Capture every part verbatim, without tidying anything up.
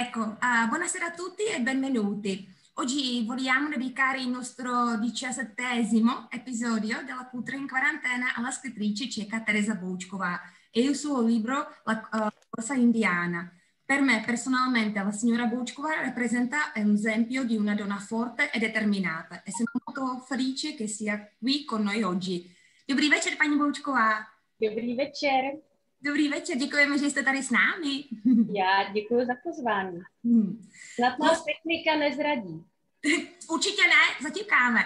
Ecco, uh, buonasera a tutti e benvenuti. Oggi vogliamo dedicare il nostro diciassettesimo episodio della Cultura in quarantena alla scrittrice ceca Teresa Bouchkova e il suo libro La uh, Corsa Indiana. Per me personalmente la signora Bouchkova rappresenta un esempio di una donna forte e determinata e sono molto felice che sia qui con noi oggi. Dobrý večer, paní Bouchkova. Dobrý večer. Dobrý večer, děkujeme, že jste tady s námi. Já děkuji za pozvání. Hmm. Snad nás technika nezradí. Určitě ne, zatíkáme.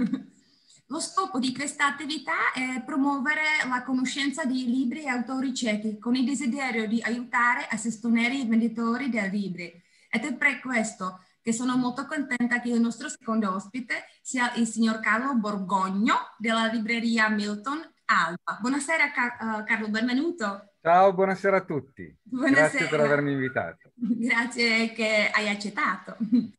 Lo scopo di questa attività è promuovere la conoscenza di libri e autori cechi con il desiderio di aiutare a sostenere i venditori dei libri. Ed è per questo che sono molto contenta che il nostro secondo ospite sia il signor Carlo Borgogno della libreria Milton Alba. Buonasera Car- uh, Carlo, benvenuto. Ciao, buonasera a tutti. Buonasera. Grazie per avermi invitato. Grazie che hai accettato.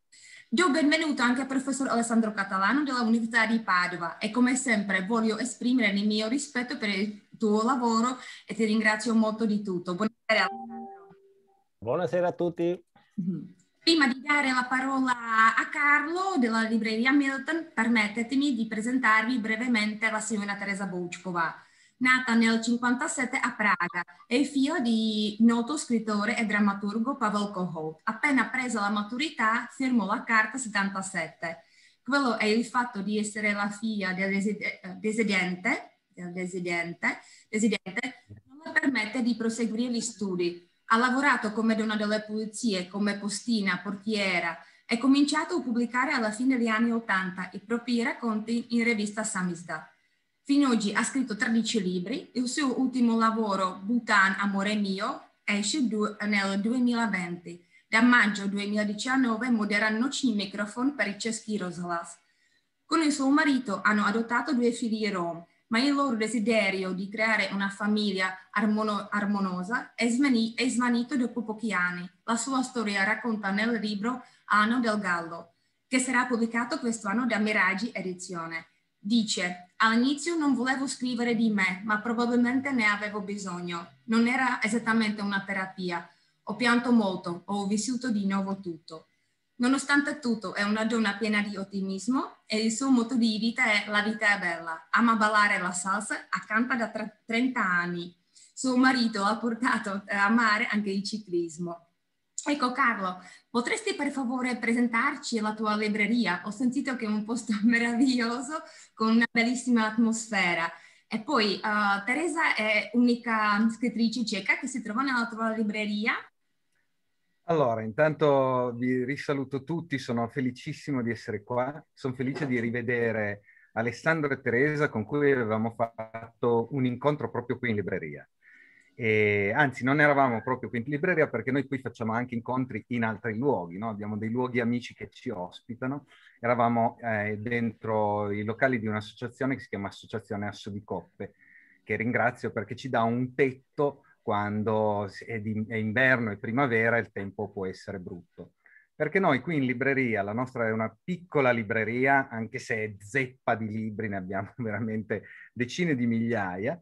Do benvenuto anche al professor Alessandro Catalano della Università di Padova e come sempre voglio esprimere il mio rispetto per il tuo lavoro e ti ringrazio molto di tutto. Buonasera Alessandro. Buonasera a tutti. Prima di dare la parola a Carlo della libreria Milton, permettetemi di presentarvi brevemente la signora Teresa Bouchkova. Nata nel cinquantasette a Praga, è figlia di noto scrittore e drammaturgo Pavel Kohout. Appena presa la maturità, firmò la Carta settantasette. Quello è il fatto di essere la figlia del residente, del residente, residente non le permette di proseguire gli studi. Ha lavorato come donna delle pulizie, come postina, portiera e cominciato a pubblicare alla fine degli anni Ottanta i propri racconti in rivista Samizdat. Fino ad oggi ha scritto tredici libri. Il suo ultimo lavoro, Bhutan, amore mio, esce nel duemilaventi. Da maggio duemiladiciannove modera Noční mikrofon per il Český rozhlas. Con il suo marito hanno adottato due figli rom, ma il loro desiderio di creare una famiglia armono- armoniosa è, smani- è svanito dopo pochi anni. La sua storia racconta nel libro Anno del Gallo, che sarà pubblicato quest'anno da Miraggi Edizione. Dice, all'inizio non volevo scrivere di me, ma probabilmente ne avevo bisogno. Non era esattamente una terapia. Ho pianto molto, ho vissuto di nuovo tutto. Nonostante tutto è una donna piena di ottimismo e il suo motto di vita è la vita è bella. Ama ballare la salsa, accanta da trenta anni. Suo marito l'ha portato a amare anche il ciclismo. Ecco Carlo, potresti per favore presentarci la tua libreria? Ho sentito che è un posto meraviglioso con una bellissima atmosfera. E poi uh, Teresa è unica scrittrice ceca che si trova nella tua libreria. Allora, intanto vi risaluto tutti, sono felicissimo di essere qua, sono felice di rivedere Alessandro e Teresa con cui avevamo fatto un incontro proprio qui in libreria. E, anzi, non eravamo proprio qui in libreria perché noi qui facciamo anche incontri in altri luoghi, no? Abbiamo dei luoghi amici che ci ospitano. Eravamo eh, dentro i locali di un'associazione che si chiama Associazione Asso di Coppe, che ringrazio perché ci dà un tetto quando è, di, è inverno e primavera e il tempo può essere brutto. Perché noi qui in libreria, la nostra è una piccola libreria, anche se è zeppa di libri, ne abbiamo veramente decine di migliaia,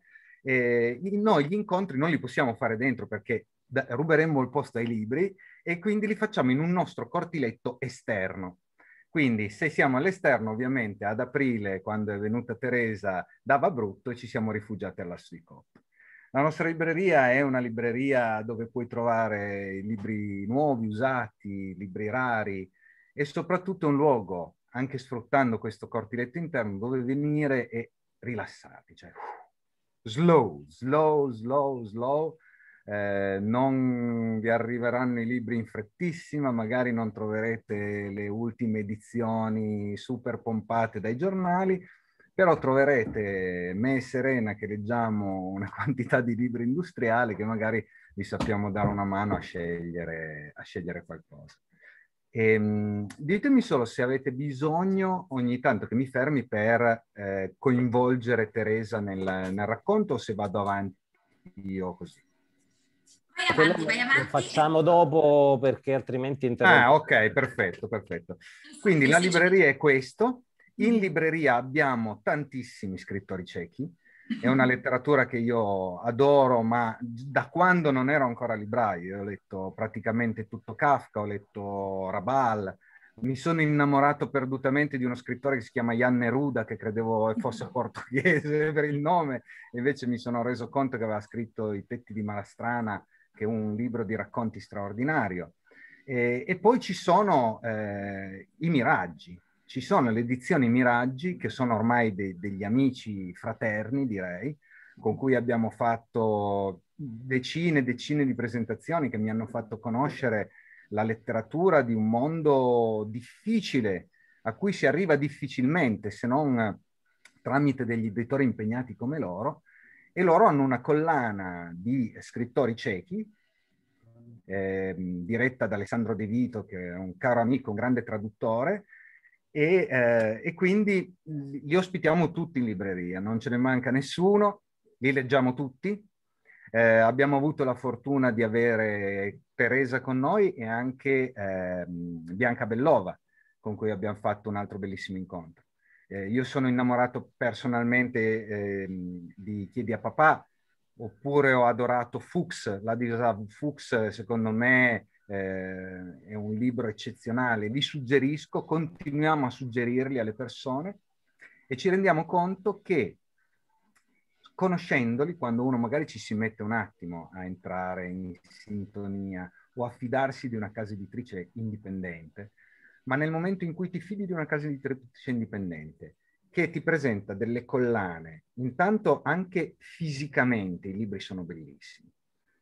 e noi gli incontri non li possiamo fare dentro perché da, ruberemmo il posto ai libri e quindi li facciamo in un nostro cortiletto esterno. Quindi se siamo all'esterno, ovviamente ad aprile, quando è venuta Teresa, dava brutto e ci siamo rifugiati all'Asso di Coppe. La nostra libreria è una libreria dove puoi trovare libri nuovi, usati, libri rari e soprattutto un luogo, anche sfruttando questo cortiletto interno, dove venire e rilassarti. Cioè, slow, slow, slow, slow. Eh, non vi arriveranno i libri in frettissima, magari non troverete le ultime edizioni super pompate dai giornali, però troverete me e Serena che leggiamo una quantità di libri industriali che magari vi sappiamo dare una mano a scegliere, a scegliere qualcosa. E, ditemi solo se avete bisogno ogni tanto che mi fermi per eh, coinvolgere Teresa nel, nel racconto o se vado avanti io così. Vai avanti, vai avanti. Lo facciamo dopo perché altrimenti interrompo. Ah, ok, perfetto, perfetto. Quindi la libreria è questo. In libreria abbiamo tantissimi scrittori cechi, È una letteratura che io adoro, ma da quando non ero ancora libraio. Ho letto praticamente tutto Kafka, ho letto Rabal, mi sono innamorato perdutamente di uno scrittore che si chiama Jan Neruda, che credevo fosse portoghese per il nome, e invece mi sono reso conto che aveva scritto I tetti di Malastrana, che è un libro di racconti straordinario. E, e poi ci sono eh, i Miraggi, ci sono le edizioni Miraggi, che sono ormai de- degli amici fraterni, direi, con cui abbiamo fatto decine e decine di presentazioni che mi hanno fatto conoscere la letteratura di un mondo difficile, a cui si arriva difficilmente, se non tramite degli editori impegnati come loro, e loro hanno una collana di scrittori cechi, eh, diretta da Alessandro De Vito, che è un caro amico, un grande traduttore, e, eh, e quindi li ospitiamo tutti in libreria, non ce ne manca nessuno, li leggiamo tutti. Eh, abbiamo avuto la fortuna di avere Teresa con noi e anche eh, Bianca Bellova, con cui abbiamo fatto un altro bellissimo incontro. Eh, io sono innamorato personalmente eh, di Chiedi a papà, oppure ho adorato Fuchs. Ladislav Fuchs, secondo me, eh, è un libro eccezionale. Vi suggerisco, continuiamo a suggerirli alle persone e ci rendiamo conto che conoscendoli, quando uno magari ci si mette un attimo a entrare in sintonia o a fidarsi di una casa editrice indipendente, ma nel momento in cui ti fidi di una casa editrice indipendente che ti presenta delle collane, intanto anche fisicamente i libri sono bellissimi,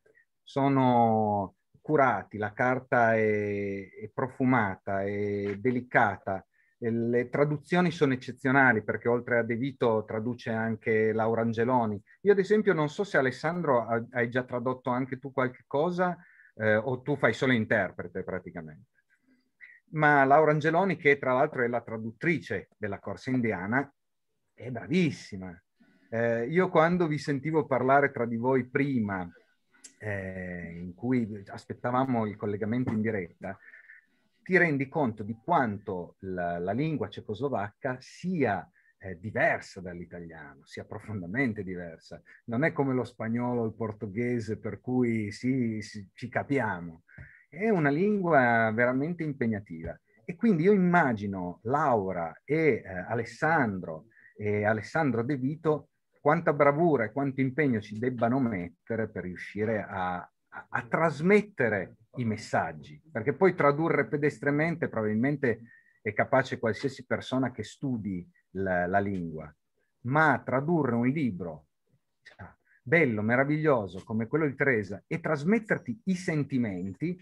sono curati, la carta è, è profumata, è delicata, le traduzioni sono eccezionali, perché oltre a De Vito traduce anche Laura Angeloni. Io ad esempio non so se Alessandro hai già tradotto anche tu qualche cosa eh, o tu fai solo interprete praticamente. Ma Laura Angeloni, che tra l'altro è la traduttrice della Corsa Indiana, è bravissima. Eh, io quando vi sentivo parlare tra di voi prima, eh, in cui aspettavamo il collegamento in diretta, ti rendi conto di quanto la, la lingua cecoslovacca sia eh, diversa dall'italiano, sia profondamente diversa. Non è come lo spagnolo o il portoghese, per cui sì, sì, ci capiamo. È una lingua veramente impegnativa. E quindi io immagino Laura e eh, Alessandro e Alessandro De Vito quanta bravura e quanto impegno ci debbano mettere per riuscire a, a, a trasmettere i messaggi, perché poi tradurre pedestremente probabilmente è capace qualsiasi persona che studi la, la lingua, ma tradurre un libro cioè, bello, meraviglioso come quello di Teresa e trasmetterti i sentimenti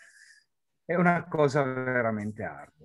è una cosa veramente ardua.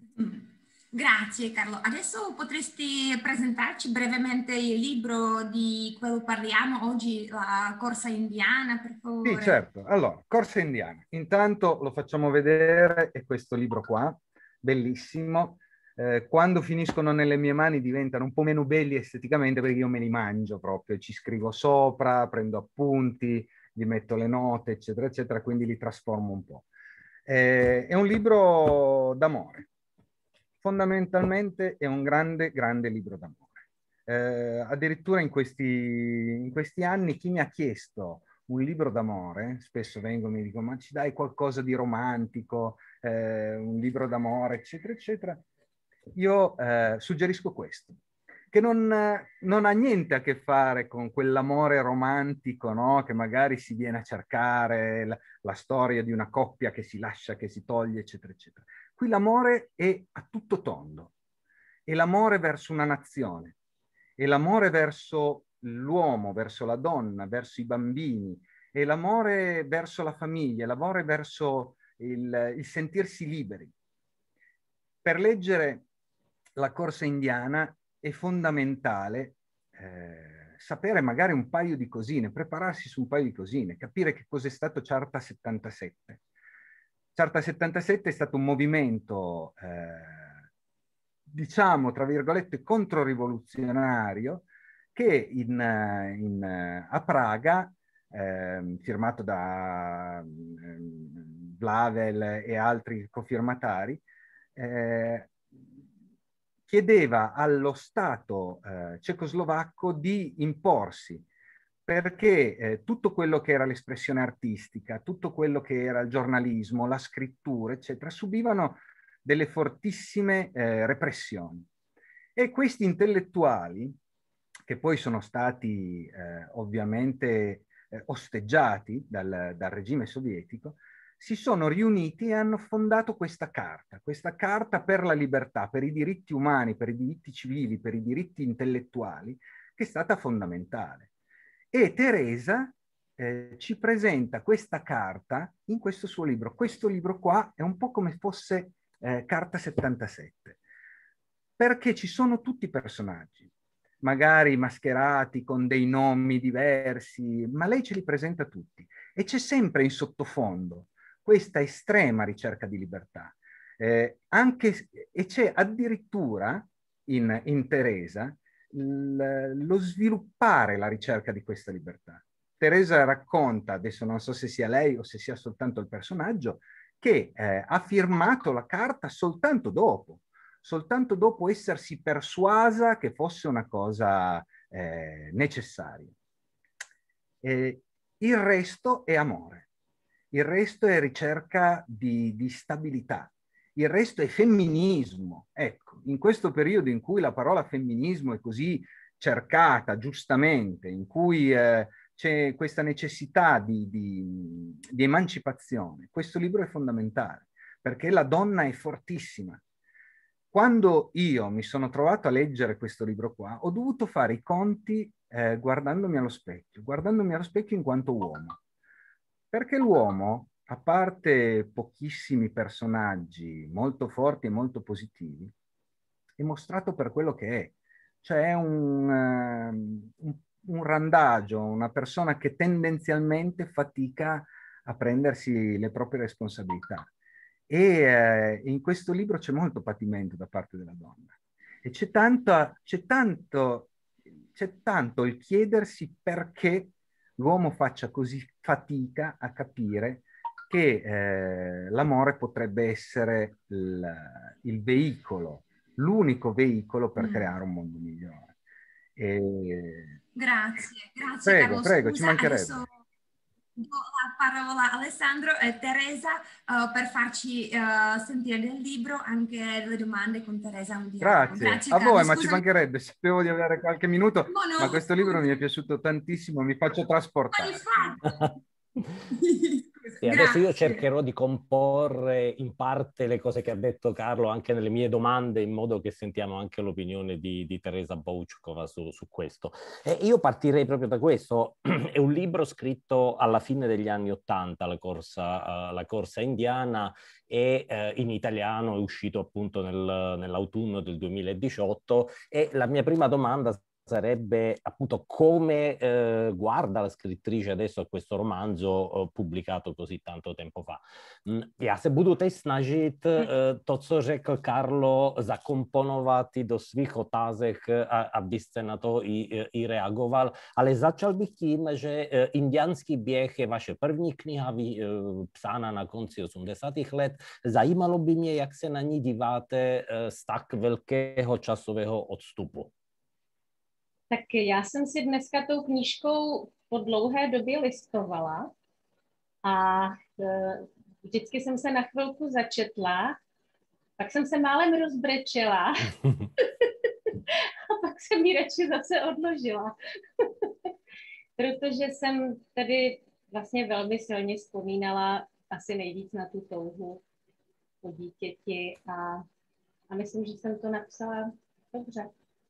Grazie Carlo. Adesso potresti presentarci brevemente il libro di cui parliamo oggi, la Corsa Indiana, per favore? Sì, certo. Allora, Corsa Indiana. Intanto lo facciamo vedere, è questo libro qua, bellissimo. Eh, quando finiscono nelle mie mani diventano un po' meno belli esteticamente perché io me li mangio proprio, ci scrivo sopra, prendo appunti, gli metto le note, eccetera, eccetera, quindi li trasformo un po'. Eh, è un libro d'amore. Fondamentalmente è un grande, grande libro d'amore. Eh, addirittura in questi, in questi anni chi mi ha chiesto un libro d'amore, spesso vengono e mi dicono ma ci dai qualcosa di romantico, eh, un libro d'amore, eccetera, eccetera. Io eh, suggerisco questo, che non, non ha niente a che fare con quell'amore romantico, no? Che magari si viene a cercare, la, la storia di una coppia che si lascia, che si toglie, eccetera, eccetera. Qui l'amore è a tutto tondo, è l'amore verso una nazione, è l'amore verso l'uomo, verso la donna, verso i bambini, è l'amore verso la famiglia, l'amore verso il, il sentirsi liberi. Per leggere la Corsa Indiana è fondamentale eh, sapere magari un paio di cosine, prepararsi su un paio di cosine, capire che cos'è stato Charta settantasette. Charta settantasette è stato un movimento, eh, diciamo, tra virgolette, controrivoluzionario che in, in, a Praga, eh, firmato da eh, Blavel e altri cofirmatari, eh, chiedeva allo Stato eh, cecoslovacco di imporsi, perché eh, tutto quello che era l'espressione artistica, tutto quello che era il giornalismo, la scrittura, eccetera, subivano delle fortissime eh, repressioni. E questi intellettuali, che poi sono stati eh, ovviamente eh, osteggiati dal, dal regime sovietico, si sono riuniti e hanno fondato questa carta, questa carta per la libertà, per i diritti umani, per i diritti civili, per i diritti intellettuali, che è stata fondamentale. E Teresa eh, ci presenta questa carta in questo suo libro. Questo libro qua è un po' come fosse eh, Carta settantasette, perché ci sono tutti i personaggi, magari mascherati con dei nomi diversi, ma lei ce li presenta tutti. E c'è sempre in sottofondo questa estrema ricerca di libertà. Eh, anche, e c'è addirittura in, in Teresa lo sviluppare la ricerca di questa libertà. Teresa racconta, adesso non so se sia lei o se sia soltanto il personaggio, che eh, ha firmato la carta soltanto dopo, soltanto dopo essersi persuasa che fosse una cosa eh, necessaria. E il resto è amore, il resto è ricerca di, di stabilità. Il resto è femminismo. Ecco, in questo periodo in cui la parola femminismo è così cercata, giustamente, in cui eh, c'è questa necessità di, di, di emancipazione, questo libro è fondamentale, perché la donna è fortissima. Quando io mi sono trovato a leggere questo libro qua, ho dovuto fare i conti eh, guardandomi allo specchio, guardandomi allo specchio in quanto uomo. Perché l'uomo, a parte pochissimi personaggi molto forti e molto positivi, è mostrato per quello che è. Cioè è un, uh, un, un randagio, una persona che tendenzialmente fatica a prendersi le proprie responsabilità. E eh, in questo libro c'è molto patimento da parte della donna. E c'è tanto, c'è tanto, c'è tanto il chiedersi perché l'uomo faccia così fatica a capire che eh, l'amore potrebbe essere il, il veicolo, l'unico veicolo per mm. creare un mondo migliore. E... Grazie, grazie prego, Carlo. Prego, Scusa, ci mancherebbe. Adesso do la parola a Alessandro e Teresa uh, per farci uh, sentire del libro anche le domande con Teresa Undiano. Grazie, Grazie a Carlo. voi, Scusami. ma ci mancherebbe, sapevo di avere qualche minuto, no, no, ma questo libro mi è piaciuto tantissimo, mi faccio trasportare. E adesso io cercherò di comporre in parte le cose che ha detto Carlo anche nelle mie domande, in modo che sentiamo anche l'opinione di, di Teresa Bouchkova su, su questo. E io partirei proprio da questo. È un libro scritto alla fine degli anni Ottanta, la corsa, uh, la corsa indiana, e uh, in italiano è uscito appunto nel, nell'autunno del duemiladiciotto. E la mia prima domanda sarebbe appunto come eh, guarda la scrittrice adesso a questo romanzo eh, pubblicato così tanto tempo fa. Já se budu teď snažit eh, to, co řekl Carlo, zakomponovat do svých otázek, a, abyste na to i, i reagoval, ale začal bych tím, že eh, Indiánský běh je vaše první kniha, vy, eh, psána na konci osmdesátých let. Zajímalo by mě, jak se na ní díváte eh, z tak velkého časového odstupu. Tak já jsem si dneska tou knížkou po dlouhé době listovala a vždycky jsem se na chvilku začetla, pak jsem se málem rozbrečela a pak jsem ji radši zase odložila. Protože jsem tady vlastně velmi silně vzpomínala asi nejvíc na tu touhu po dítěti a, a myslím, že jsem to napsala dobře.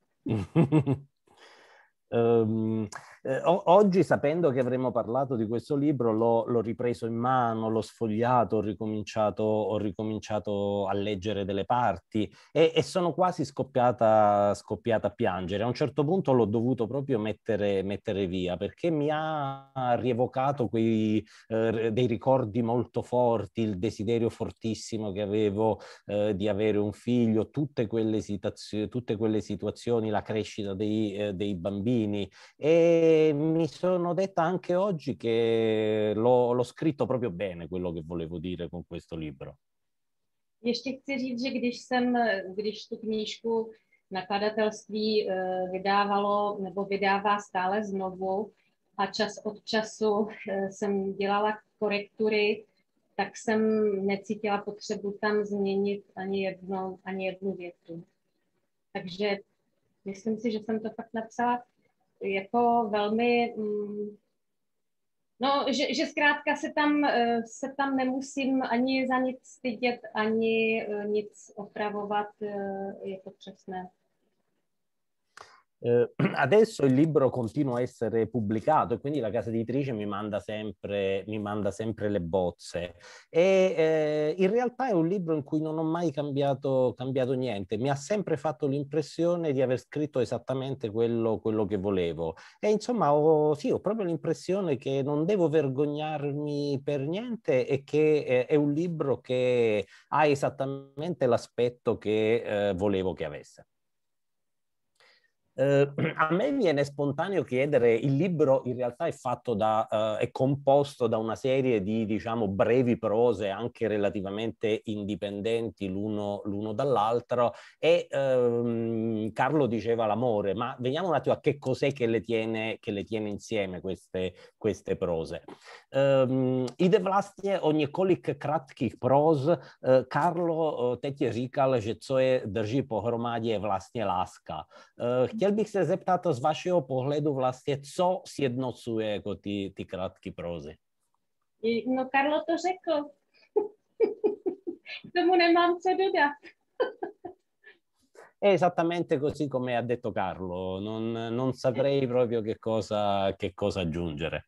Um, eh, oggi, sapendo che avremmo parlato di questo libro, l'ho, l'ho ripreso in mano, l'ho sfogliato, ho ricominciato, ho ricominciato a leggere delle parti e, e sono quasi scoppiata, scoppiata a piangere. A un certo punto l'ho dovuto proprio mettere, mettere via, perché mi ha rievocato quei, eh, dei ricordi molto forti, il desiderio fortissimo che avevo eh, di avere un figlio, tutte quelle, situazio- tutte quelle situazioni, la crescita dei, eh, dei bambini. E mi sono detta anche oggi che l'ho, l'ho scritto proprio bene quello che volevo dire con questo libro. Ještě chci říct, že když jsem, když tu knížku nakladatelství vydávalo nebo vydává stále znovu a čas od času jsem dělala korektury, tak jsem necítila potřebu tam změnit ani jednou, ani jednu větu. Takže myslím si, že jsem to fakt napsala jako velmi, no, že, že zkrátka se tam, se tam nemusím ani za nic stydět, ani nic opravovat, je to přesné. Eh, adesso il libro continua a essere pubblicato e quindi la casa editrice mi manda sempre, mi manda sempre le bozze e eh, in realtà è un libro in cui non ho mai cambiato, cambiato niente, mi ha sempre fatto l'impressione di aver scritto esattamente quello, quello che volevo e insomma ho, sì, ho proprio l'impressione che non devo vergognarmi per niente e che eh, è un libro che ha esattamente l'aspetto che eh, volevo che avesse. Uh, a me viene spontaneo chiedere, il libro in realtà è fatto da, uh, è composto da una serie di, diciamo, brevi prose anche relativamente indipendenti l'uno, l'uno dall'altro e uh, Carlo diceva l'amore, ma veniamo un attimo a che cos'è che le tiene, che le tiene insieme queste, queste prose. Uh, Jde vlastně o několik krátkých proz. Uh, Carlo uh, teď říkal, že co je drží pohromadě je vlastně láska. Uh, Chtěl bych se zeptat z vašeho pohledu vlastně, co sjednocuje jako ty, ty krátké prózy. No Carlo to řekl. K tomu nemám co dodat. È esattamente così come ha detto Carlo, non, non saprei proprio che cosa, che cosa aggiungere.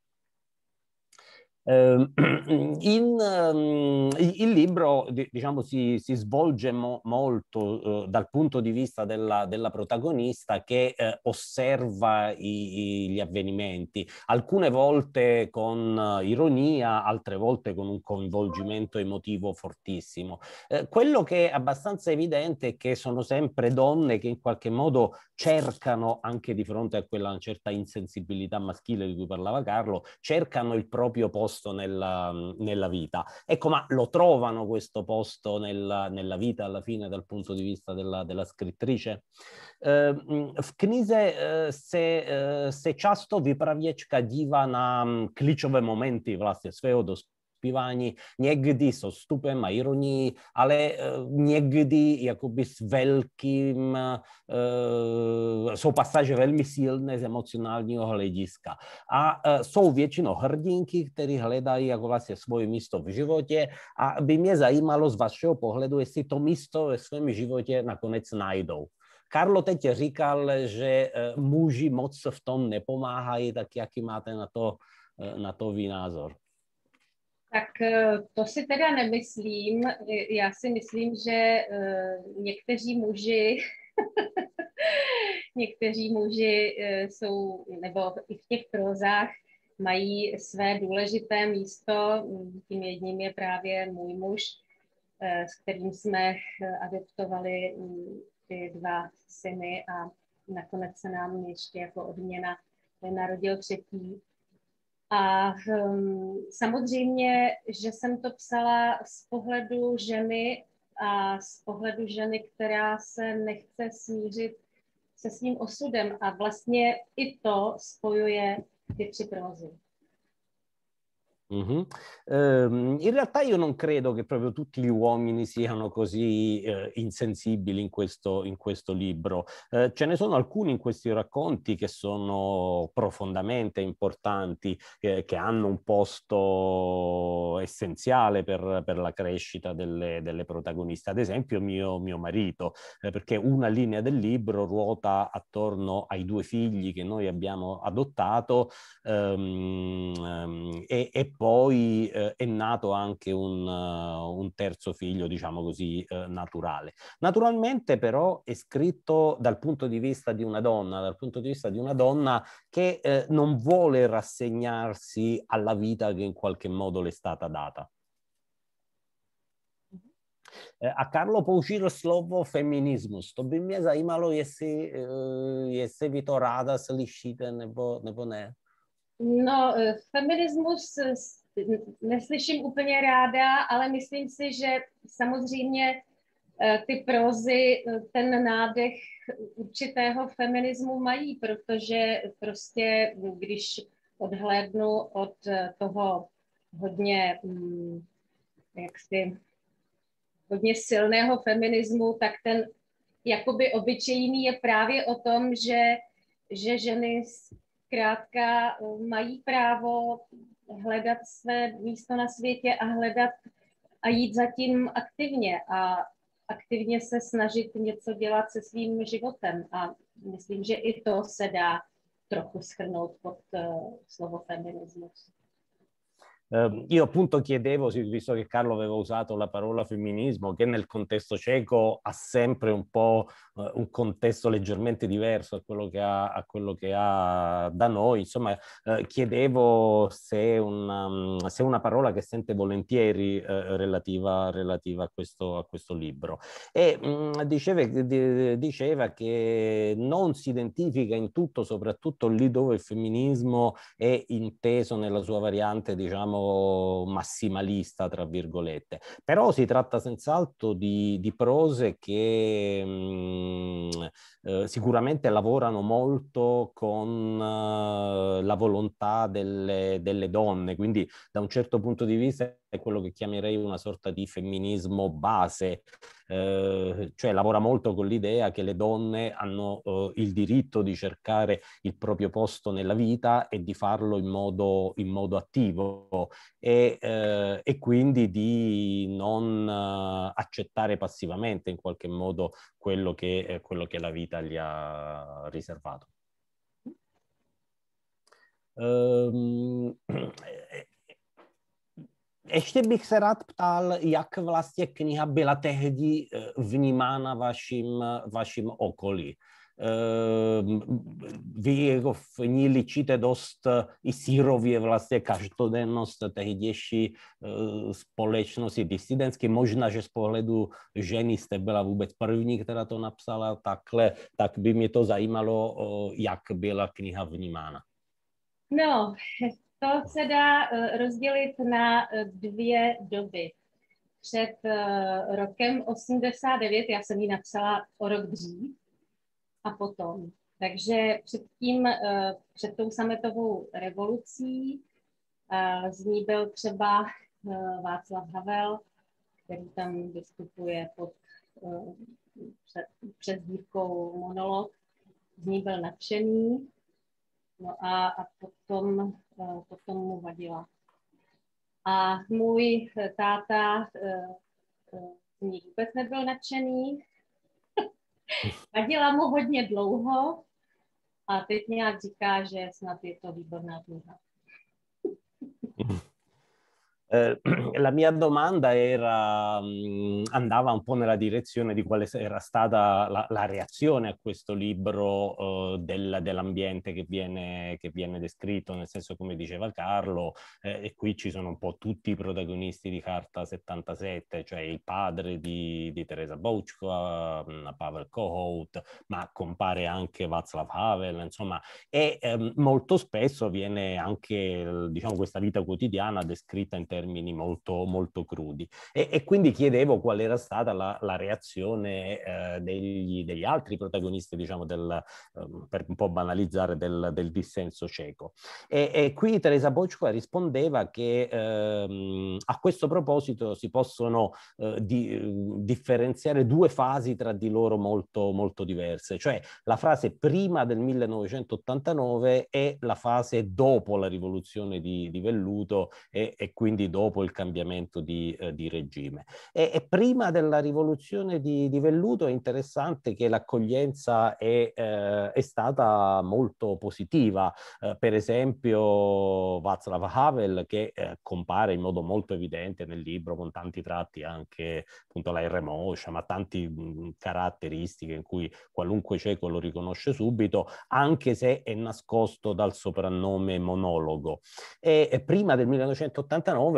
Uh, in, um, il libro diciamo si, si svolge mo, molto uh, dal punto di vista della, della protagonista che uh, osserva i, i, gli avvenimenti, alcune volte con uh, ironia, altre volte con un coinvolgimento emotivo fortissimo. Uh, quello che è abbastanza evidente è che sono sempre donne che in qualche modo cercano, anche di fronte a quella certa insensibilità maschile di cui parlava Carlo, cercano il proprio posto Nella, nella vita. Ecco, ma lo trovano questo posto nella, nella vita alla fine dal punto di vista della, della scrittrice? V knize se, se často vypravěčka dívá na klíčové momenty vlastně svého dospívání, někdy s odstupem a ironií, ale někdy jakoby s velkým, jsou pasáže velmi silné z emocionálního hlediska. A jsou většinou hrdinky, které hledají jako vlastně svoje místo v životě a by mě zajímalo z vašeho pohledu, jestli to místo ve svém životě nakonec najdou. Carlo teď říkal, že muži moc v tom nepomáhají, tak jaký máte na to, na to vy názor? Tak to si teda nemyslím. Já si myslím, že někteří muži, někteří muži jsou, nebo i v těch prózách mají své důležité místo. Tím jedním je právě můj muž, s kterým jsme adoptovali ty dva syny a nakonec se nám ještě jako odměna narodil třetí. A um, samozřejmě, že jsem to psala z pohledu ženy a z pohledu ženy, která se nechce smířit se svým osudem. A vlastně i to spojuje ty tři prózy. Mm-hmm. Uh, in realtà io non credo che proprio tutti gli uomini siano così uh, insensibili in questo, in questo libro. Uh, ce ne sono alcuni in questi racconti che sono profondamente importanti, eh, che hanno un posto essenziale per, per la crescita delle, delle protagoniste. Ad esempio mio, mio marito, eh, perché una linea del libro ruota attorno ai due figli che noi abbiamo adottato um, um, e, e poi eh, è nato anche un, uh, un terzo figlio, diciamo così, uh, naturale. Naturalmente però è scritto dal punto di vista di una donna, dal punto di vista di una donna che eh, non vuole rassegnarsi alla vita che in qualche modo le è stata data. Eh, a Carlo použil slovo feminismus. To by mě zajímalo, jestli, uh, jestli vy to ráda slyšíte nebo, nebo ne. No, feminismus neslyším úplně ráda, ale myslím si, že samozřejmě ty prózy ten nádech určitého feminismu mají, protože prostě, když odhlédnu od toho hodně, jaksi, hodně silného feminismu, tak ten jakoby obyčejný je právě o tom, že, že ženy zkrátka mají právo hledat své místo na světě a hledat a jít zatím aktivně a aktivně se snažit něco dělat se svým životem. A myslím, že i to se dá trochu shrnout pod uh, slovo feminismus. Uh, io appunto chiedevo, visto che Carlo aveva usato la parola femminismo, che nel contesto ceco ha sempre un po' uh, un contesto leggermente diverso a quello che ha, a quello che ha da noi, insomma uh, chiedevo se una, um, se una parola che sente volentieri uh, relativa, relativa a, questo, a questo libro. E um, diceva, di, diceva che non si identifica in tutto, soprattutto lì dove il femminismo è inteso nella sua variante, diciamo, massimalista, tra virgolette. Però si tratta senz'altro di, di prose che mh, eh, sicuramente lavorano molto con uh, la volontà delle, delle donne, quindi da un certo punto di vista è quello che chiamerei una sorta di femminismo base, eh, cioè lavora molto con l'idea che le donne hanno eh, il diritto di cercare il proprio posto nella vita e di farlo in modo, in modo attivo e, eh, e quindi di non uh, accettare passivamente in qualche modo quello che, eh, quello che la vita gli ha riservato. Um, Ještě bych se rád ptal, jak vlastně kniha byla tehdy vnímána vaším, vaším okolí. Vy jako v ní ličíte dost i sírově vlastně každodennost tehdejší společnosti disidentské. Možná, že z pohledu ženy jste byla vůbec první, která to napsala takhle, tak by mě to zajímalo, jak byla kniha vnímána. No, to se dá rozdělit na dvě doby. Před rokem osmdesát devět, já jsem ji napsala o rok dřív, a potom. Takže před tím, před tou sametovou revolucí, z ní byl třeba Václav Havel, který tam vystupuje pod přezdívkou monolog. Z ní byl nadšený, no a, a potom, potom mu vadila. A můj táta z ní vůbec nebyl nadšený, vadila mu hodně dlouho a teď nějak říká, že snad je to výborná kniha. La mia domanda era, andava un po' nella direzione di quale era stata la, la reazione a questo libro uh, del, dell'ambiente che viene, che viene descritto, nel senso, come diceva Carlo, eh, e qui ci sono un po' tutti i protagonisti di Carta settantasette, cioè il padre di, di Teresa Bouchkova, Pavel Kohout, ma compare anche Václav Havel, insomma, e ehm, molto spesso viene anche, diciamo, questa vita quotidiana descritta in termini termini molto, molto crudi. E, e quindi chiedevo qual era stata la, la reazione eh, degli, degli altri protagonisti, diciamo, del, um, per un po' banalizzare, del, del dissenso ceco. E, e qui Teresa Bouchkova rispondeva che ehm, a questo proposito si possono eh, di, differenziare due fasi tra di loro molto, molto diverse, cioè la fase prima del millenovecentottantanove e la fase dopo la rivoluzione di, di Velluto e, e quindi dopo il cambiamento di, eh, di regime. E, e prima della rivoluzione di, di Velluto è interessante che l'accoglienza è, eh, è stata molto positiva. Eh, per esempio Václav Havel, che eh, compare in modo molto evidente nel libro con tanti tratti, anche appunto la R. Moscia, ma tanti mh, caratteristiche in cui qualunque ceco lo riconosce subito, anche se è nascosto dal soprannome monologo. E, e prima del millenovecentottantanove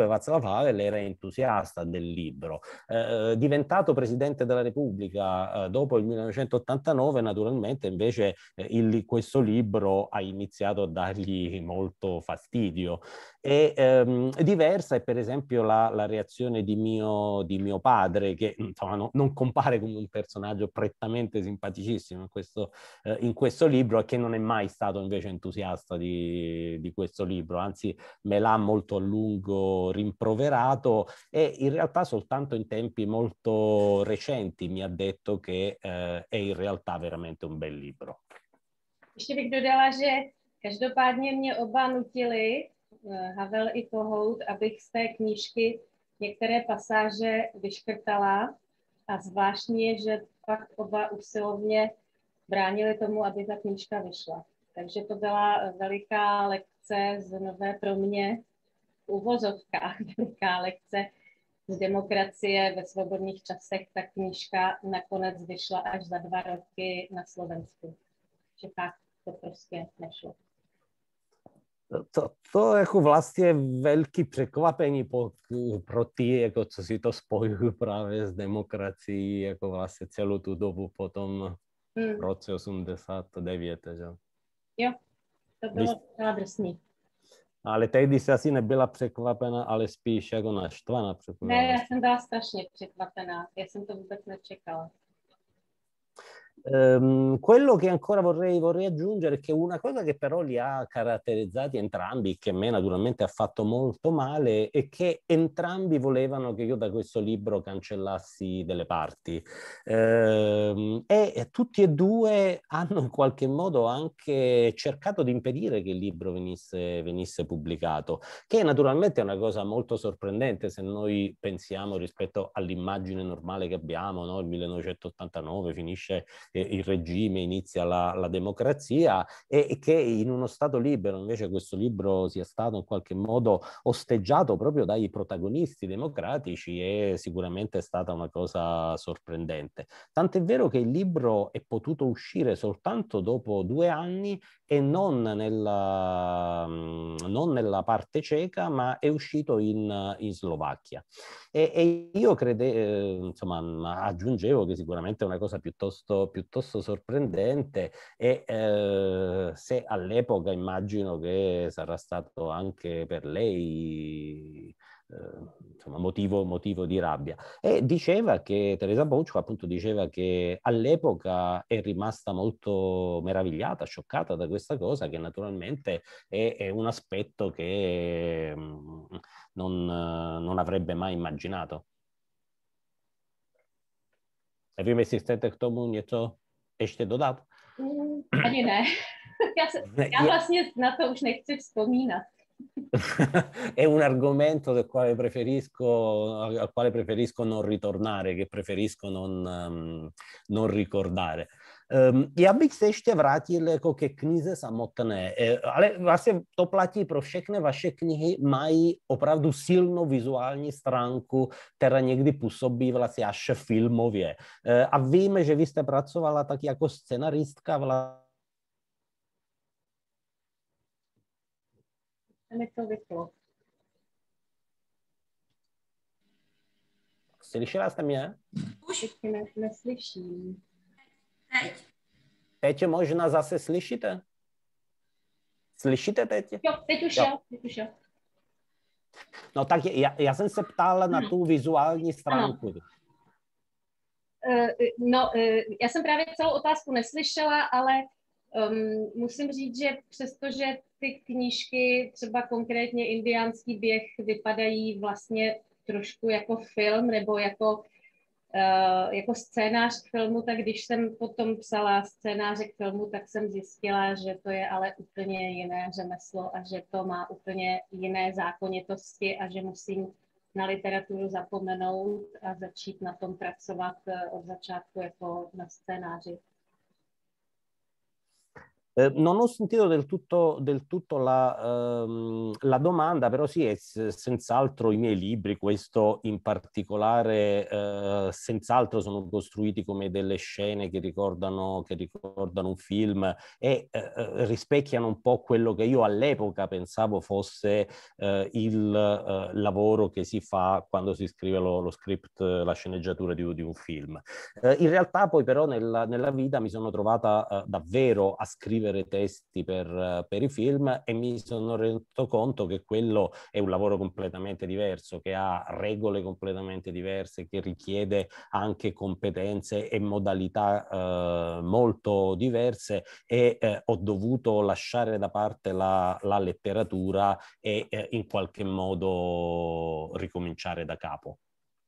dove Václav Havel era entusiasta del libro. Eh, diventato Presidente della Repubblica eh, dopo il millenovecentottantanove, naturalmente invece eh, il, questo libro ha iniziato a dargli molto fastidio. E ehm, diversa è per esempio la, la reazione di mio, di mio padre, che insomma no, non compare come un personaggio prettamente simpaticissimo in questo, eh, in questo libro, e che non è mai stato invece entusiasta di, di questo libro, anzi me l'ha molto a lungo rimproverato, e in realtà soltanto in tempi molto recenti mi ha detto che eh, è in realtà veramente un bel libro. Ještě bych dodala, že každopádně mě oba nutili, Havel i Kohout, abych z té knížky některé pasáže vyškrtala, a zvláštní je, že pak oba usilovně bránili tomu, aby ta knížka vyšla. Takže to byla veliká lekce z nové pro mě v uvozovkách, veliká lekce z demokracie ve svobodných časech. Ta knížka nakonec vyšla až za dva roky na Slovensku. Že tak to prostě nešlo. To, to jako vlastně velký překvapení po, pro ty, jako co si to spojují právě s demokracií, jako vlastně celou tu dobu potom v roce osmdesát devět, že? Jo, to bylo docela drsný. Ale tehdy se asi nebyla překvapena, ale spíš jako naštvaná. Ne, já jsem byla strašně překvapená. Já jsem to vůbec nečekala. Um, quello che ancora vorrei, vorrei aggiungere è che una cosa che però li ha caratterizzati entrambi, che a me naturalmente ha fatto molto male, è che entrambi volevano che io da questo libro cancellassi delle parti, um, e tutti e due hanno in qualche modo anche cercato di impedire che il libro venisse, venisse pubblicato, che naturalmente è una cosa molto sorprendente se noi pensiamo rispetto all'immagine normale che abbiamo, no? Il millenovecentottantanove finisce il regime, inizia la, la democrazia, e, e che in uno Stato libero invece questo libro sia stato in qualche modo osteggiato proprio dai protagonisti democratici è sicuramente stata una cosa sorprendente. Tant'è vero che il libro è potuto uscire soltanto dopo due anni e non nella, non nella parte ceca, ma è uscito in, in Slovacchia. E, e io credevo, insomma, aggiungevo che sicuramente è una cosa piuttosto, piuttosto sorprendente, e eh, se all'epoca immagino che sarà stato anche per lei eh, insomma, motivo, motivo di rabbia. E diceva che Teresa Bouchko appunto diceva che all'epoca è rimasta molto meravigliata, scioccata da questa cosa, che naturalmente è, è un aspetto che mh, non, non avrebbe mai immaginato. Nevím, jestli chcete k tomu něco ještě dodat? Mm, ani ne. Já, se, já vlastně na to už nechci vzpomínat. È un argomento del quale preferisco, al quale preferisco non ritornare, che preferisco non, um, non ricordare. Um, já bych se ještě vrátil jako ke knize samotné, e, ale vlastně to platí pro všechny vaše knihy, mají opravdu silnou vizuální stránku, která někdy působí vlastně až filmově. E, a víme, že vy jste pracovala tak jako scenaristka vlastně. Mi to vyplo. Slyšela jste mě? Už ne, neslyším. Teď? Teď možná zase slyšíte? Slyšíte teď? Jo, teď už jo, jo teď už jo. No tak já, já jsem se ptal na tu vizuální stránku. Ano. Uh, no, uh, já jsem právě celou otázku neslyšela, ale um, musím říct, že přestože ty knížky, třeba konkrétně Indiánský běh, vypadají vlastně trošku jako film nebo jako, uh, jako scénář k filmu, tak když jsem potom psala scénáře k filmu, tak jsem zjistila, že to je ale úplně jiné řemeslo a že to má úplně jiné zákonitosti a že musím na literaturu zapomenout a začít na tom pracovat od začátku jako na scénáři. Eh, non ho sentito del tutto, del tutto la, ehm, la domanda, però sì, è senz'altro i miei libri, questo in particolare, eh, senz'altro sono costruiti come delle scene che ricordano, che ricordano un film e eh, rispecchiano un po' quello che io all'epoca pensavo fosse eh, il eh, lavoro che si fa quando si scrive lo, lo script, la sceneggiatura di, di un film. Eh, in realtà poi però nella, nella vita mi sono trovata eh, davvero a scrivere testi per, per i film e mi sono reso conto che quello è un lavoro completamente diverso, che ha regole completamente diverse, che richiede anche competenze e modalità eh, molto diverse e eh, ho dovuto lasciare da parte la, la letteratura e eh, in qualche modo ricominciare da capo.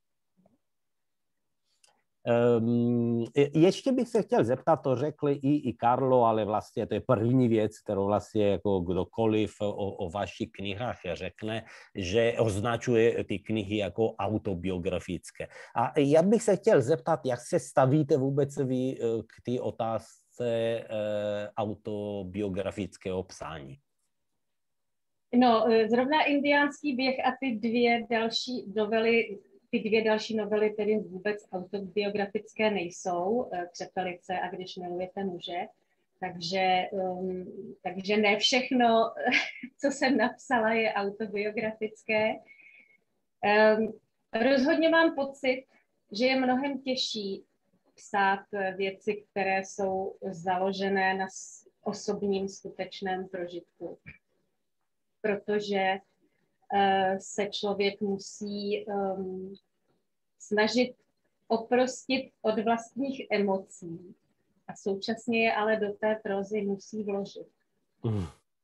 Um, ještě bych se chtěl zeptat, to řekl i, i Karlo, ale vlastně to je první věc, kterou vlastně jako kdokoliv o, o vašich knihách řekne, že označuje ty knihy jako autobiografické. A já bych se chtěl zeptat, jak se stavíte vůbec vy k té otázce uh, autobiografického psání? No, zrovna Indiánský běh a ty dvě další novely, ty dvě další novely tedy vůbec autobiografické nejsou, Křepelice a Když milujete muže, takže, um, takže ne všechno, co jsem napsala, je autobiografické. Um, rozhodně mám pocit, že je mnohem těžší psát věci, které jsou založené na osobním skutečném prožitku, protože uh, se člověk musí um, snažit oprostit od vlastních emocí a současně je ale do té prózy musí vložit. Mm.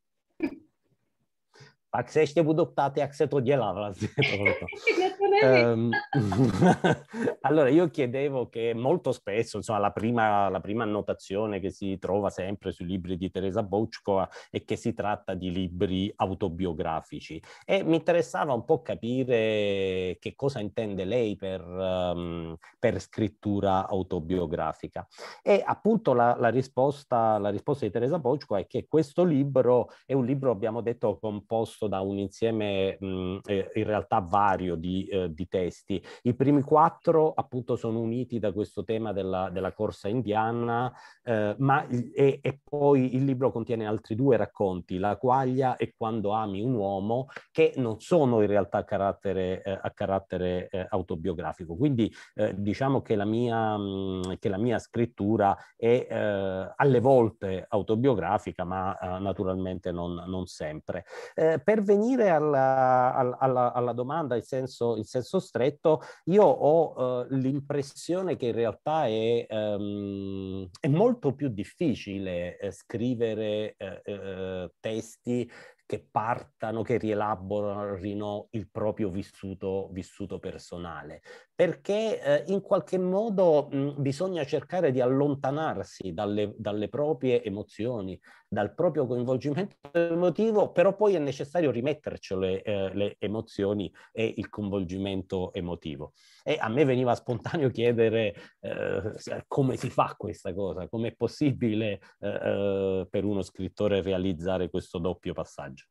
Pak se ještě budu ptát, jak se to dělá vlastně tohleto. um, allora io chiedevo che molto spesso, insomma, la prima, la prima annotazione che si trova sempre sui libri di Teresa Bouchkova è che si tratta di libri autobiografici e mi interessava un po' capire che cosa intende lei per, um, per scrittura autobiografica. E appunto la, la, risposta, la risposta di Teresa Bouchkova è che questo libro è un libro, abbiamo detto, composto da un insieme mh, eh, in realtà vario di, eh, di testi. I primi quattro appunto sono uniti da questo tema della, della corsa indiana, eh, ma e, e poi il libro contiene altri due racconti, La quaglia e Quando ami un uomo, che non sono in realtà a carattere, eh, a carattere eh, autobiografico. Quindi eh, diciamo che la mia, mh, che la mia scrittura è eh, alle volte autobiografica, ma eh, naturalmente non, non sempre. Eh, per venire alla, alla, alla domanda in senso, in senso stretto, io ho uh, l'impressione che in realtà è, um, è molto più difficile eh, scrivere eh, eh, testi che partano, che rielaborino il proprio vissuto, vissuto personale, perché eh, in qualche modo mh, bisogna cercare di allontanarsi dalle, dalle proprie emozioni, dal proprio coinvolgimento emotivo, però poi è necessario rimetterci le, eh, le emozioni e il coinvolgimento emotivo. E a me veniva spontaneo chiedere eh, come si fa questa cosa, come è possibile eh, eh, per uno scrittore realizzare questo doppio passaggio.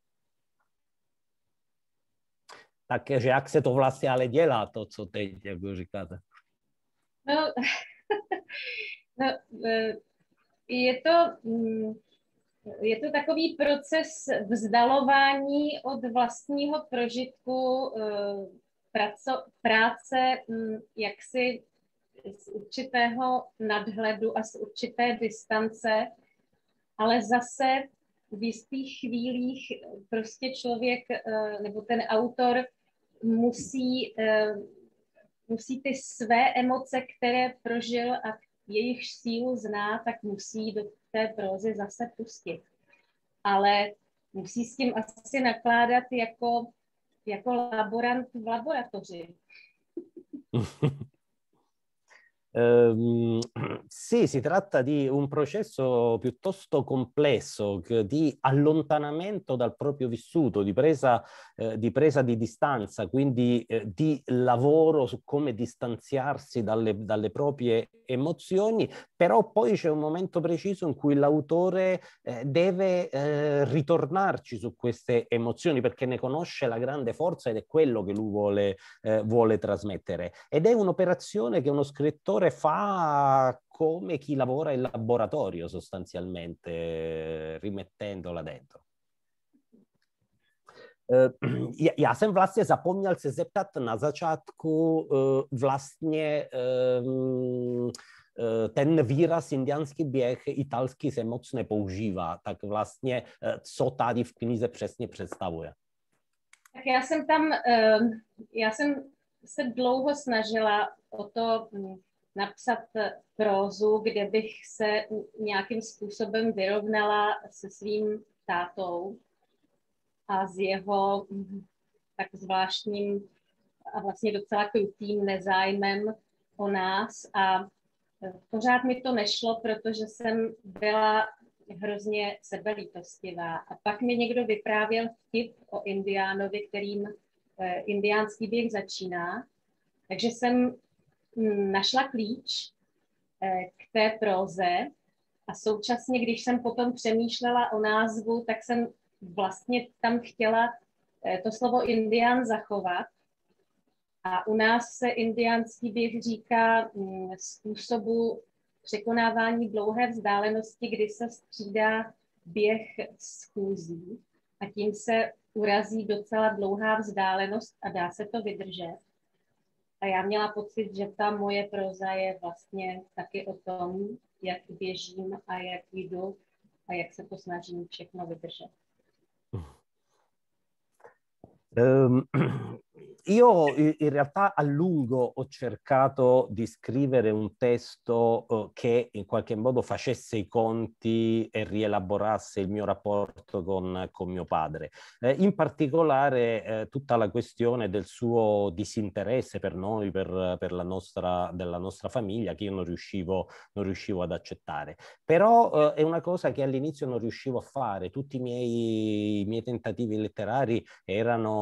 Takže jak se to vlastně ale dělá, to, co teď, jako říkáte? No, no je to, je to takový proces vzdalování od vlastního prožitku praco, práce jaksi z určitého nadhledu a z určité distance, ale zase v jistých chvílích prostě člověk nebo ten autor musí, musí ty své emoce, které prožil a jejich sílu zná, tak musí do té prózy zase pustit. Ale musí s tím asi nakládat jako, jako laborant v laboratoři. Um, sì, si tratta di un processo piuttosto complesso che, di allontanamento dal proprio vissuto, di presa, eh, di presa di distanza, quindi eh, di lavoro su come distanziarsi dalle, dalle proprie emozioni, però poi c'è un momento preciso in cui l'autore eh, deve eh, ritornarci su queste emozioni perché ne conosce la grande forza ed è quello che lui vuole, eh, vuole trasmettere. Ed è un'operazione che uno scrittore fa come chi lavora in laboratorio sostanzialmente, rimettendola dentro. Já jsem vlastně zapomněl se zeptat na začátku vlastně ten výraz indiánský běh italský se moc nepoužívá, tak vlastně co tady v knize přesně představuje? Tak já jsem tam, já jsem se dlouho snažila o to napsat prózu, kde bych se nějakým způsobem vyrovnala se svým tátou a s jeho tak zvláštním a vlastně docela krutým nezájmem o nás. A pořád mi to nešlo, protože jsem byla hrozně sebelítostivá. A pak mi někdo vyprávěl vtip o indiánovi, kterým eh, indiánský běh začíná. Takže jsem hm, našla klíč eh, k té próze a současně, když jsem potom přemýšlela o názvu, tak jsem vlastně tam chtěla eh, to slovo indián zachovat. A u nás se indiánský běh říká hm, způsobu překonávání dlouhé vzdálenosti, kdy se střídá běh s chůzí a tím se urazí docela dlouhá vzdálenost a dá se to vydržet. A já měla pocit, že ta moje próza je vlastně taky o tom, jak běžím a jak jdu a jak se to snažím všechno vydržet. Um, io in realtà a lungo ho cercato di scrivere un testo uh, che in qualche modo facesse i conti e rielaborasse il mio rapporto con, con mio padre. Eh, in particolare eh, tutta la questione del suo disinteresse per noi, per, per la nostra, della nostra famiglia, che io non riuscivo, non riuscivo ad accettare. Però eh, è una cosa che all'inizio non riuscivo a fare. Tutti i miei, i miei tentativi letterari erano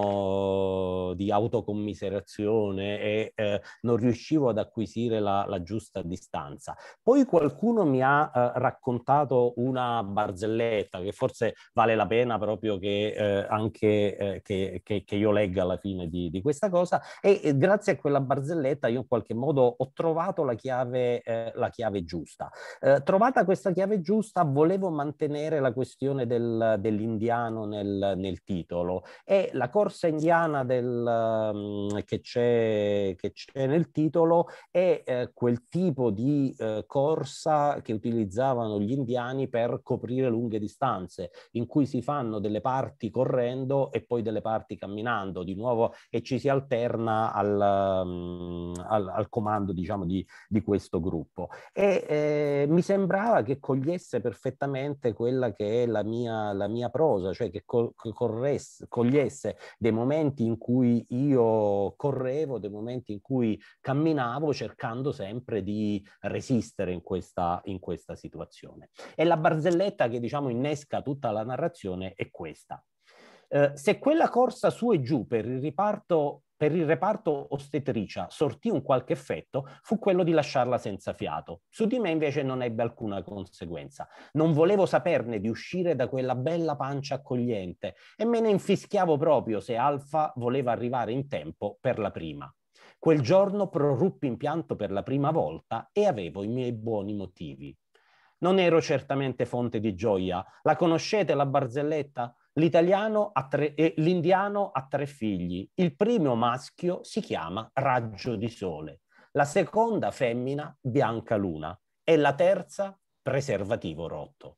di autocommiserazione e eh, non riuscivo ad acquisire la, la giusta distanza. Poi qualcuno mi ha eh, raccontato una barzelletta che forse vale la pena proprio che eh, anche eh, che, che, che io legga alla fine di, di questa cosa e, e grazie a quella barzelletta io in qualche modo ho trovato la chiave, eh, la chiave giusta. Eh, trovata questa chiave giusta volevo mantenere la questione del, dell'indiano nel, nel titolo e la corsa indiana del, um, che, c'è, che c'è nel titolo è eh, quel tipo di eh, corsa che utilizzavano gli indiani per coprire lunghe distanze, in cui si fanno delle parti correndo e poi delle parti camminando di nuovo e ci si alterna al, um, al, al comando, diciamo, di, di questo gruppo. E eh, mi sembrava che cogliesse perfettamente quella che è la mia, la mia prosa, cioè che, co- che corresse, cogliesse dei momenti in cui io correvo, dei momenti in cui camminavo, cercando sempre di resistere in questa, in questa situazione. E la barzelletta che, diciamo, innesca tutta la narrazione è questa. Eh, se quella corsa su e giù per il riparto per il reparto ostetricia sortì un qualche effetto, fu quello di lasciarla senza fiato. Su di me invece non ebbe alcuna conseguenza. Non volevo saperne di uscire da quella bella pancia accogliente e me ne infischiavo proprio se Alfa voleva arrivare in tempo per la prima. Quel giorno proruppi in pianto per la prima volta e avevo i miei buoni motivi. Non ero certamente fonte di gioia. La conoscete la barzelletta? L'italiano ha tre, eh, l'indiano ha tre figli. Il primo maschio si chiama Raggio di Sole, la seconda femmina Bianca Luna e la terza Preservativo Rotto.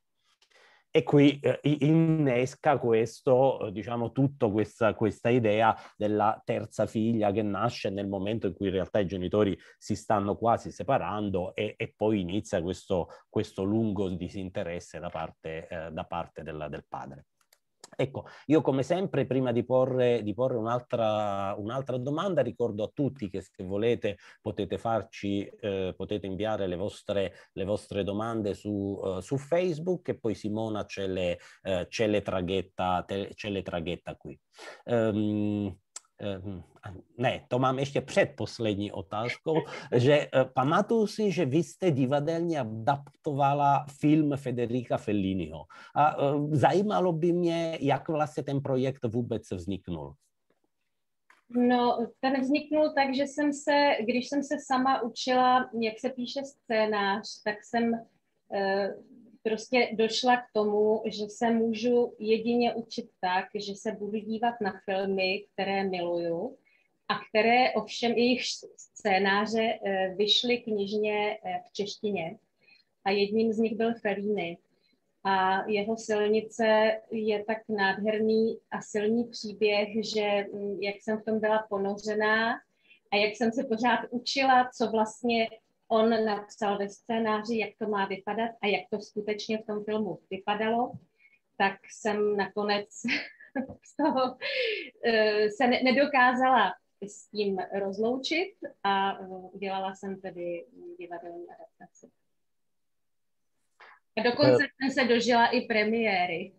E qui eh, innesca questo, diciamo, tutta questa, questa idea della terza figlia che nasce nel momento in cui in realtà i genitori si stanno quasi separando e, e poi inizia questo, questo lungo disinteresse da parte, eh, da parte della, del padre. Ecco, io come sempre, prima di porre, di porre un'altra, un'altra domanda, ricordo a tutti che se volete potete farci, eh, potete inviare le vostre, le vostre domande su, uh, su Facebook, e poi Simona ce le, uh, ce le, traghetta, te, ce le traghetta qui. Um, Ne, to mám ještě předposlední otázkou, že pamatuju si, že vy jste divadelně adaptovala film Federica Felliniho. A zajímalo by mě, jak vlastně ten projekt vůbec vzniknul. No, ten vzniknul tak, že jsem se, když jsem se sama učila, jak se píše scénář, tak jsem eh, prostě došla k tomu, že se můžu jedině učit tak, že se budu dívat na filmy, které miluju, a které ovšem jejich scénáře vyšly knižně v češtině. A jedním z nich byl Fellini. A jeho Silnice je tak nádherný a silný příběh, že jak jsem v tom byla ponořená a jak jsem se pořád učila, co vlastně on napsal ve scénáři, jak to má vypadat a jak to skutečně v tom filmu vypadalo, tak jsem nakonec z toho se nedokázala s tím rozloučit a dělala jsem tedy divadelní adaptaci. A dokonce jsem se dožila i premiéry.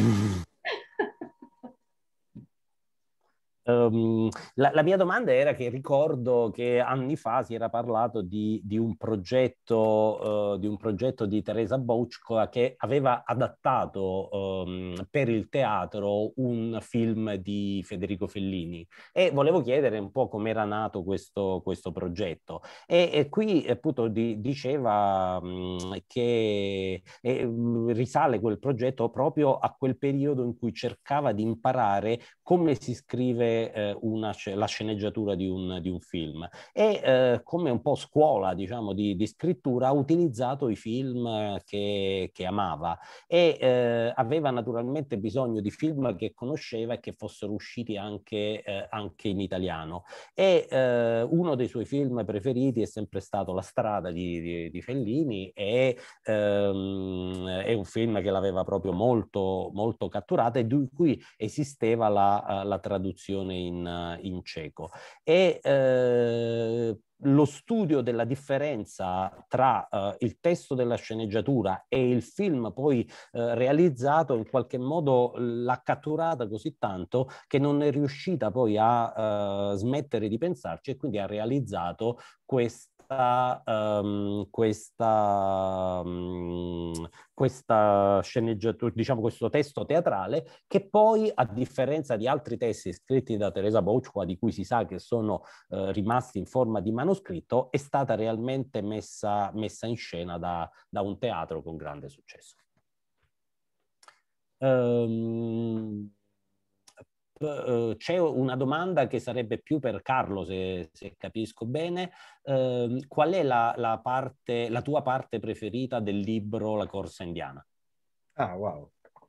Um, la, la mia domanda era che ricordo che anni fa si era parlato di, di un progetto uh, di un progetto di Teresa Bouchkova che aveva adattato um, per il teatro un film di Federico Fellini, e volevo chiedere un po' come era nato questo, questo progetto. E, e qui appunto di, diceva um, che eh, risale quel progetto proprio a quel periodo in cui cercava di imparare come si scrive Una, la sceneggiatura di un, di un film, e eh, come un po' scuola, diciamo, di, di scrittura ha utilizzato i film che, che amava, e eh, aveva naturalmente bisogno di film che conosceva e che fossero usciti anche, eh, anche in italiano, e eh, uno dei suoi film preferiti è sempre stato La strada di, di, di Fellini, e ehm, è un film che l'aveva proprio molto, molto catturata e di cui esisteva la, la traduzione In, in ceco. E eh, lo studio della differenza tra eh, il testo della sceneggiatura e il film poi eh, realizzato in qualche modo l'ha catturata così tanto che non è riuscita poi a eh, smettere di pensarci, e quindi ha realizzato questa Um, questa, um, questa sceneggiatura, diciamo questo testo teatrale, che poi, a differenza di altri testi scritti da Teresa Bouchkova, di cui si sa che sono uh, rimasti in forma di manoscritto, è stata realmente messa, messa in scena da, da un teatro con grande successo. Um, C'è una domanda che sarebbe più per Carlo, se, se capisco bene. Uh, qual è la, la, parte, la tua parte preferita del libro La corsa indiana? Ah, wow.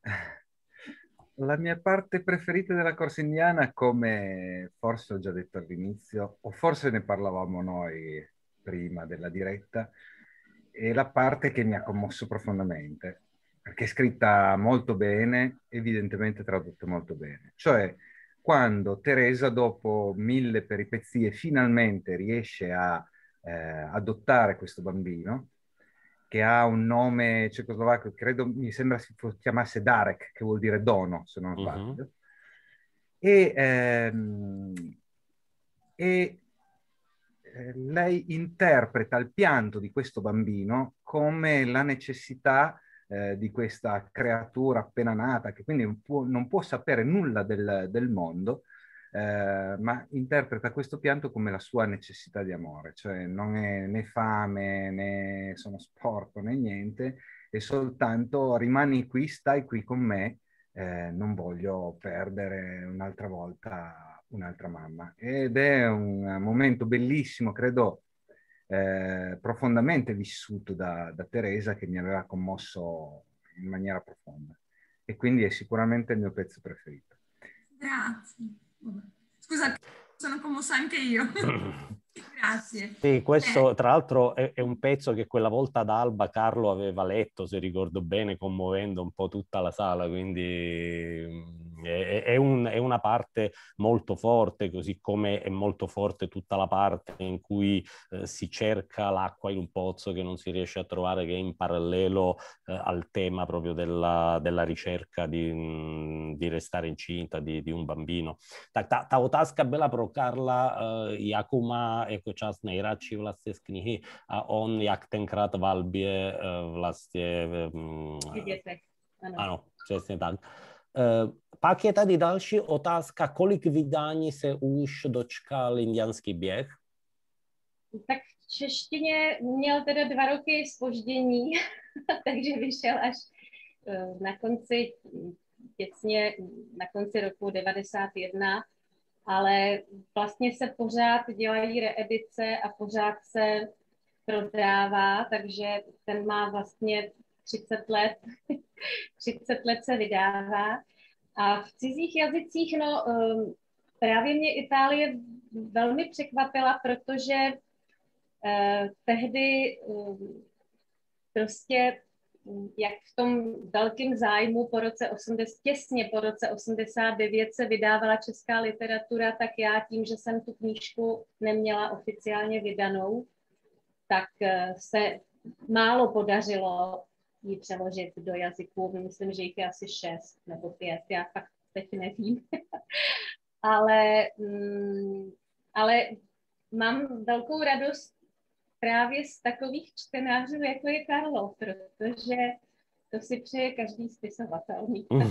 La mia parte preferita della corsa indiana, come forse ho già detto all'inizio, o forse ne parlavamo noi prima della diretta, è la parte che mi ha commosso profondamente, perché è scritta molto bene, evidentemente tradotta molto bene. Cioè, quando Teresa, dopo mille peripezie, finalmente riesce a eh, adottare questo bambino, che ha un nome cecoslovacco, credo, mi sembra si chiamasse Darek, che vuol dire dono, se non sbaglio. Uh-huh. E, ehm, e eh, lei interpreta il pianto di questo bambino come la necessità eh, di questa creatura appena nata, che quindi non può, non può sapere nulla del, del mondo, eh, ma interpreta questo pianto come la sua necessità di amore, cioè non è né fame, né sono sporco, né niente, è soltanto rimani qui, stai qui con me, eh, non voglio perdere un'altra volta un'altra mamma. Ed è un momento bellissimo, credo eh, profondamente vissuto da, da Teresa, che mi aveva commosso in maniera profonda, e quindi è sicuramente il mio pezzo preferito. Grazie. Scusa, sono commossa anche io. Grazie. Sì, questo Eh. tra l'altro è, è un pezzo che quella volta ad Alba Carlo aveva letto, se ricordo bene, commuovendo un po' tutta la sala, quindi mm, è, è, un, è una parte molto forte, così come è molto forte tutta la parte in cui eh, si cerca l'acqua in un pozzo che non si riesce a trovare, che è in parallelo eh, al tema proprio della, della ricerca di, mh, di restare incinta di, di un bambino. Tak ta, ta otázka byla pro Karla, jakou má jako část nejradši vlastně z knihy a on jak tenkrát v Albě vlastně... Dětech, ano. Ano, přesně tak. Pak je tady další otázka, kolik vydání se už dočkal Indiánský běh? Tak v češtině měl teda dva roky zpoždění, takže vyšel až na konci, těsně na konci roku devadesát jedna, ale vlastně se pořád dělají reedice a pořád se prodává, takže ten má vlastně třicet let, třicet let se vydává. A v cizích jazycích, no právě mě Itálie velmi překvapila, protože eh, tehdy eh, prostě jak v tom velkém zájmu po roce osmdesát, těsně po roce osmdesát devět se vydávala česká literatura, tak já tím, že jsem tu knížku neměla oficiálně vydanou, tak se málo podařilo ji přeložit do jazyků. Myslím, že jich je asi šest nebo pět, já fakt teď nevím. ale, mm, ale mám velkou radost právě z takových čtenářů, jako je Carlo, protože to si přeje každý spisovatel.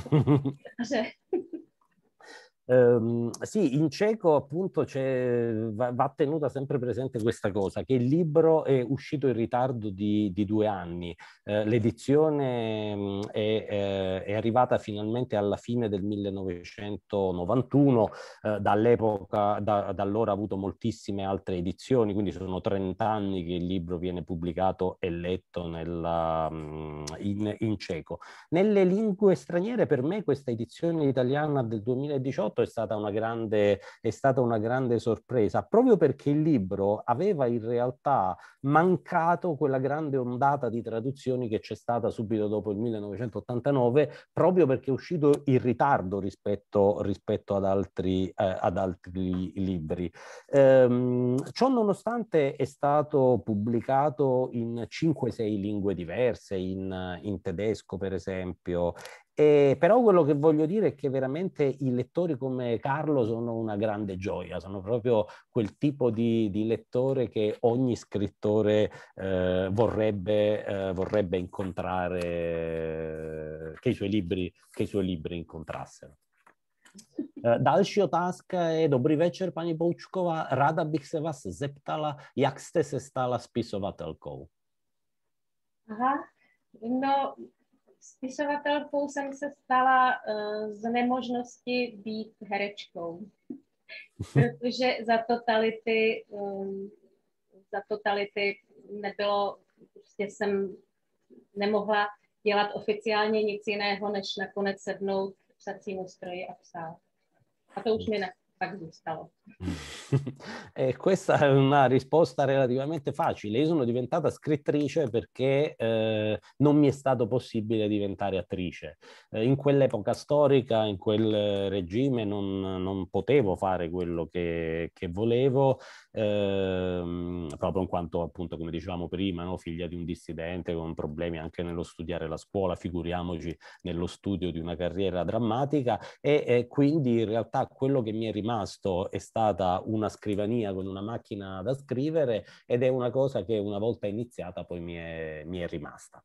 Um, sì, in cieco appunto c'è, va, va tenuta sempre presente questa cosa, che il libro è uscito in ritardo di, di due anni. Eh, l'edizione mh, è, eh, è arrivata finalmente alla fine del millenovecentonovantuno, eh, dall'epoca, da, da allora ha avuto moltissime altre edizioni, quindi sono trenta anni che il libro viene pubblicato e letto nella, mh, in, in cieco. Nelle lingue straniere per me questa edizione italiana del duemiladiciotto è stata una grande, è stata una grande sorpresa, proprio perché il libro aveva in realtà mancato quella grande ondata di traduzioni che c'è stata subito dopo il millenovecentottantanove, proprio perché è uscito in ritardo rispetto, rispetto ad, altri, eh, ad altri libri. Ehm, ciò nonostante è stato pubblicato in cinque sei lingue diverse, in, in tedesco per esempio. Eh, però quello che voglio dire è che veramente i lettori come Carlo sono una grande gioia, sono proprio quel tipo di, di lettore che ogni scrittore eh, vorrebbe, eh, vorrebbe incontrare, eh, che, i suoi libri, che i suoi libri incontrassero. Eh, další otázka je: Dobrý večer, paní Boučková, ráda bych se vás zeptala, jak jste se stala spisovatelkou? Aha, no... Spisovatelkou jsem se stala uh, z nemožnosti být herečkou, protože za totality, um, za totality nebylo, prostě jsem nemohla dělat oficiálně nic jiného, než nakonec sednout k psacímu stroji a psát. A to už mi ne, tak zůstalo. E questa è una risposta relativamente facile. Io sono diventata scrittrice perché eh, non mi è stato possibile diventare attrice. Eh, in quell'epoca storica, in quel regime, non, non potevo fare quello che, che volevo, eh, proprio in quanto, appunto, come dicevamo prima, no? Figlia di un dissidente con problemi anche nello studiare la scuola, figuriamoci nello studio di una carriera drammatica, e, e quindi in realtà quello che mi è rimasto è stata una scrivania con una macchina da scrivere, ed è una cosa che una volta iniziata poi mi è, mi è rimasta.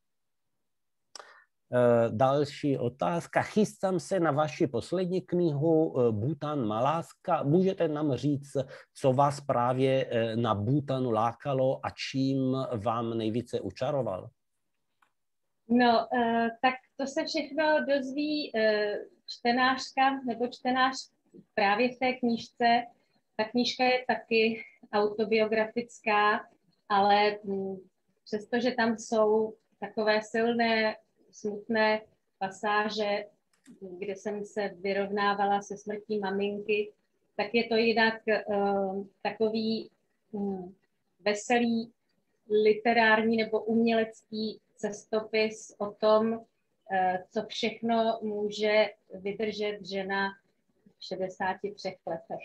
Uh, další otázka. Chystám se na vaši poslední knihu uh, Bhutan má láska. Můžete nám říct, co vás právě uh, na Bhutanu lákalo a čím vám nejvíce učaroval? No, uh, tak to se všechno dozví uh, čtenářka nebo čtenář právě v té knížce. Ta knížka je taky autobiografická, ale m, přestože tam jsou takové silné, smutné pasáže, kde jsem se vyrovnávala se smrtí maminky, tak je to jinak uh, takový um, veselý literární nebo umělecký cestopis o tom, uh, co všechno může vydržet žena v šedesáti třech letech.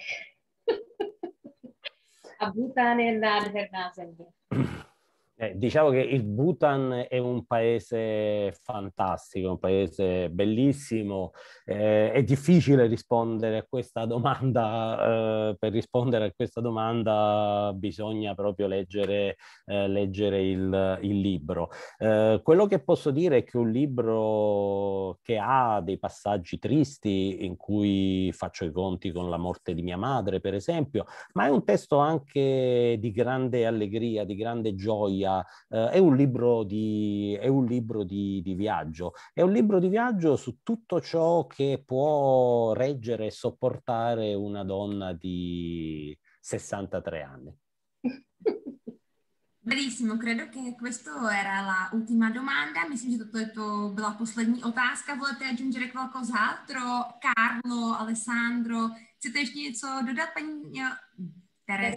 A Bhutan è nádherná země. Eh, diciamo che il Bhutan è un paese fantastico, un paese bellissimo. Eh, è difficile rispondere a questa domanda. Eh, per rispondere a questa domanda bisogna proprio leggere, eh, leggere il, il libro. Eh, quello che posso dire è che è un libro che ha dei passaggi tristi in cui faccio i conti con la morte di mia madre, per esempio, ma è un testo anche di grande allegria, di grande gioia. Uh, è un libro, di, è un libro di, di viaggio, è un libro di viaggio su tutto ciò che può reggere e sopportare una donna di sessantatré anni. Benissimo, credo che questa era la ultima domanda. Myslím, že toto to byla poslední otázka. Volete aggiungere qualcos'altro? Carlo, Alessandro, chcete ještě něco dodat, paní Tereza?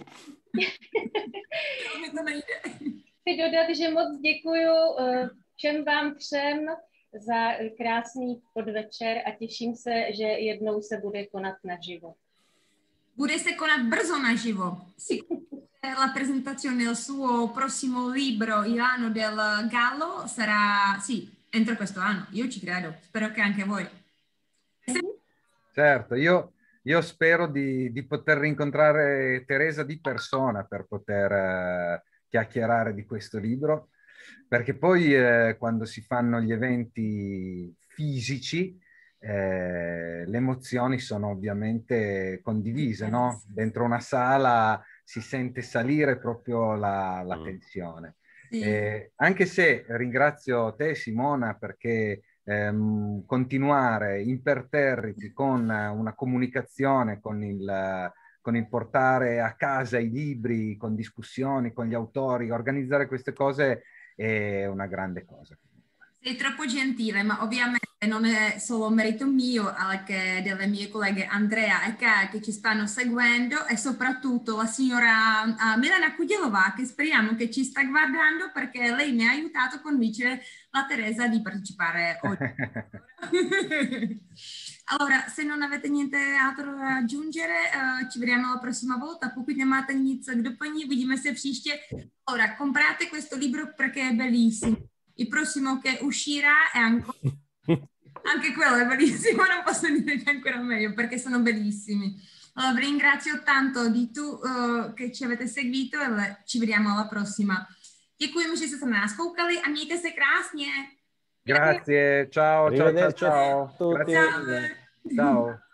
To nejde. Chci dodat, že moc děkuju všem vám třem za krásný podvečer a těším se, že jednou se bude konat naživo. Bude se konat brzo naživo. La presentazione del suo prossimo libro, Il anno del gallo, sarà, sì, entro questo anno. Io ci credo, spero che anche voi. Certo, io, io spero di, di poter rincontrare Teresa di persona per poter eh, chiacchierare di questo libro, perché poi eh, quando si fanno gli eventi fisici eh, le emozioni sono ovviamente condivise, no? Dentro una sala si sente salire proprio la, la tensione. Sì. Eh, anche se ringrazio te, Simona, perché ehm, continuare imperterriti con una comunicazione, con il, con il portare a casa i libri, con discussioni con gli autori, organizzare queste cose è una grande cosa. Sei troppo gentile, ma ovviamente non è solo merito mio, anche delle mie colleghe Andrea e Kai che ci stanno seguendo e soprattutto la signora uh, Milena Kugelova, che speriamo che ci sta guardando perché lei mi ha aiutato a convincere la Teresa di partecipare oggi. Allora, se non avete niente altro da aggiungere, uh, ci vediamo la prossima volta. Pokud nemáte nic k doplnit, vidíme se příště. Allora, comprate questo libro perché è bellissimo. Il prossimo che uscirà è ancora... anche quello è bellissimo, non posso dire che è ancora meglio perché sono bellissimi. Allora, vi ringrazio tanto di tu uh, che ci avete seguito e ci vediamo alla prossima. Děkujeme, že jste se na nás koukali a mějte se krásně. Grazie, ciao, ciao, ciao, ciao. Ciao. Grazie. Ciao.